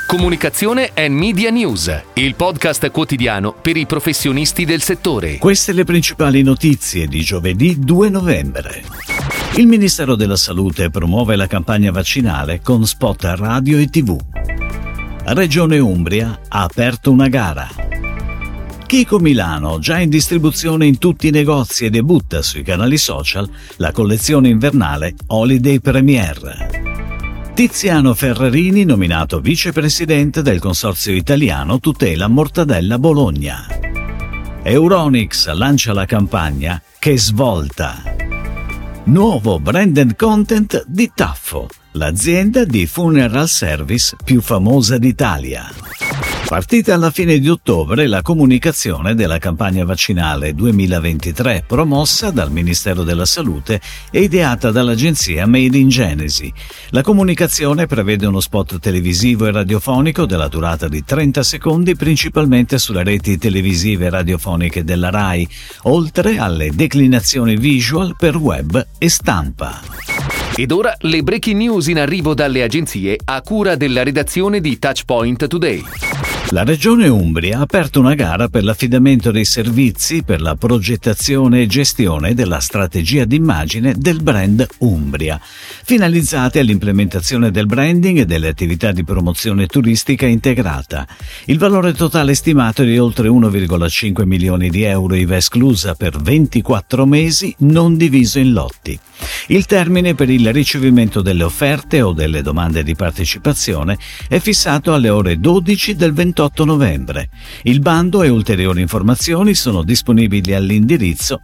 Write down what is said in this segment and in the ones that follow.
Comunicazione and Media News, il podcast quotidiano per i professionisti del settore. Queste le principali notizie di giovedì 2 novembre. Il Ministero della Salute promuove la campagna vaccinale con spot radio e TV. Regione Umbria ha aperto una gara. Kiko Milano, già in distribuzione in tutti i negozi e debutta sui canali social la collezione invernale Holiday Premier. Tiziano Ferrarini, nominato vicepresidente del Consorzio Italiano Tutela Mortadella Bologna. Euronics lancia la campagna Che svolta. Nuovo brand and content di Taffo, l'azienda di funeral service più famosa d'Italia. Partita alla fine di ottobre la comunicazione della campagna vaccinale 2023 promossa dal Ministero della Salute e ideata dall'agenzia Made in Genesi. La comunicazione prevede uno spot televisivo e radiofonico della durata di 30 secondi principalmente sulle reti televisive e radiofoniche della RAI, oltre alle declinazioni visual per web e stampa. Ed ora le breaking news in arrivo dalle agenzie a cura della redazione di Touchpoint Today. La Regione Umbria ha aperto una gara per l'affidamento dei servizi per la progettazione e gestione della strategia d'immagine del brand Umbria, finalizzate all'implementazione del branding e delle attività di promozione turistica integrata. Il valore totale stimato è di oltre 1,5 milioni di euro IVA esclusa per 24 mesi non diviso in lotti. Il termine per il ricevimento delle offerte o delle domande di partecipazione è fissato alle ore 12 del 28 novembre. Il bando e ulteriori informazioni sono disponibili all'indirizzo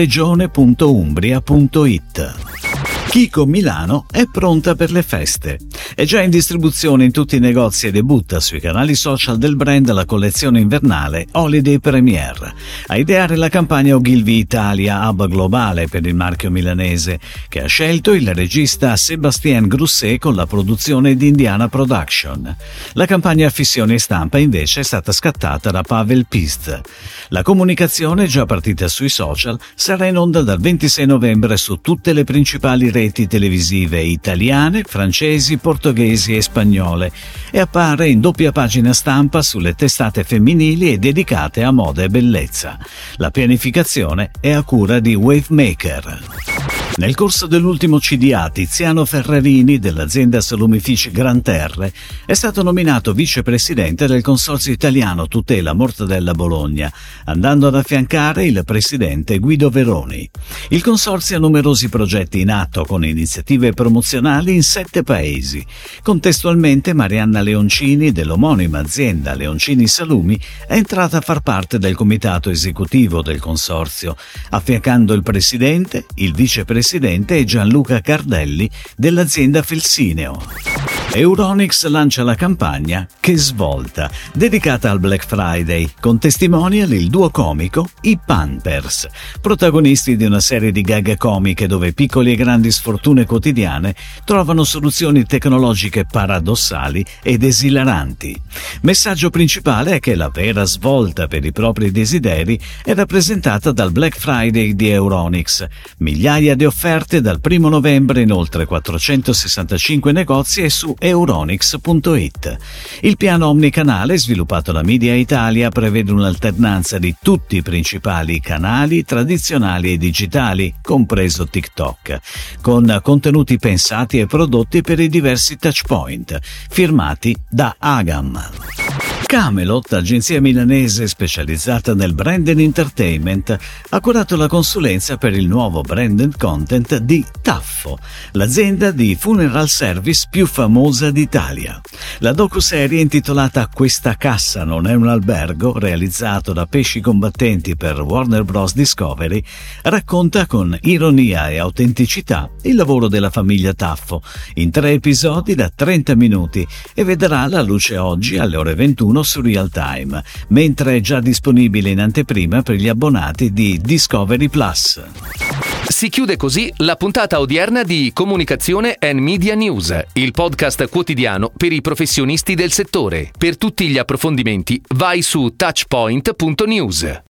regione.umbria.it. Kiko Milano è pronta per le feste. È già in distribuzione in tutti i negozi e debutta sui canali social del brand la collezione invernale Holiday Premier. A ideare la campagna Ogilvy Italia, hub globale per il marchio milanese, che ha scelto il regista Sébastien Grousset con la produzione di Indiana Production. La campagna fissione e stampa invece è stata scattata da Pavel Pist. La comunicazione, già partita sui social, sarà in onda dal 26 novembre su tutte le principali reti televisive italiane, francesi, portoghesi e spagnole e appare in doppia pagina stampa sulle testate femminili e dedicate a moda e bellezza. La pianificazione è a cura di Wavemaker. Nel corso dell'ultimo CDA, Tiziano Ferrarini, dell'azienda salumifici Gran Terre, è stato nominato vicepresidente del Consorzio Italiano Tutela Mortadella Bologna, andando ad affiancare il presidente Guido Veroni. Il consorzio ha numerosi progetti in atto con iniziative promozionali in 7 paesi. Contestualmente Marianna Leoncini, dell'omonima azienda Leoncini Salumi, è entrata a far parte del comitato esecutivo del consorzio, affiancando il presidente, il vicepresidente e Gianluca Cardelli dell'azienda Felsineo. Euronics lancia la campagna Che svolta, dedicata al Black Friday, con testimonial il duo comico I Pampers, protagonisti di una serie di gag comiche dove piccoli e grandi sfortune quotidiane trovano soluzioni tecnologiche paradossali ed esilaranti. Messaggio principale è che la vera svolta per i propri desideri è rappresentata dal Black Friday di Euronics, migliaia di offerte dal 1 novembre in oltre 465 negozi e su euronics.it. Il piano omnicanale sviluppato da Media Italia prevede un'alternanza di tutti i principali canali tradizionali e digitali, compreso TikTok, con contenuti pensati e prodotti per i diversi touchpoint, firmati da Agam. Camelot, agenzia milanese specializzata nel brand and entertainment, ha curato la consulenza per il nuovo brand and content di Taffo, l'azienda di funeral service più famosa d'Italia. La docuserie intitolata Questa cassa non è un albergo, realizzato da Pesci Combattenti per Warner Bros. Discovery, racconta con ironia e autenticità il lavoro della famiglia Taffo, in 3 episodi da 30 minuti, e vedrà la luce oggi alle ore 21 su Real Time, mentre è già disponibile in anteprima per gli abbonati di Discovery Plus. Si chiude così la puntata odierna di Comunicazione and Media News, il podcast quotidiano per i professionisti del settore. Per tutti gli approfondimenti vai su touchpoint.news.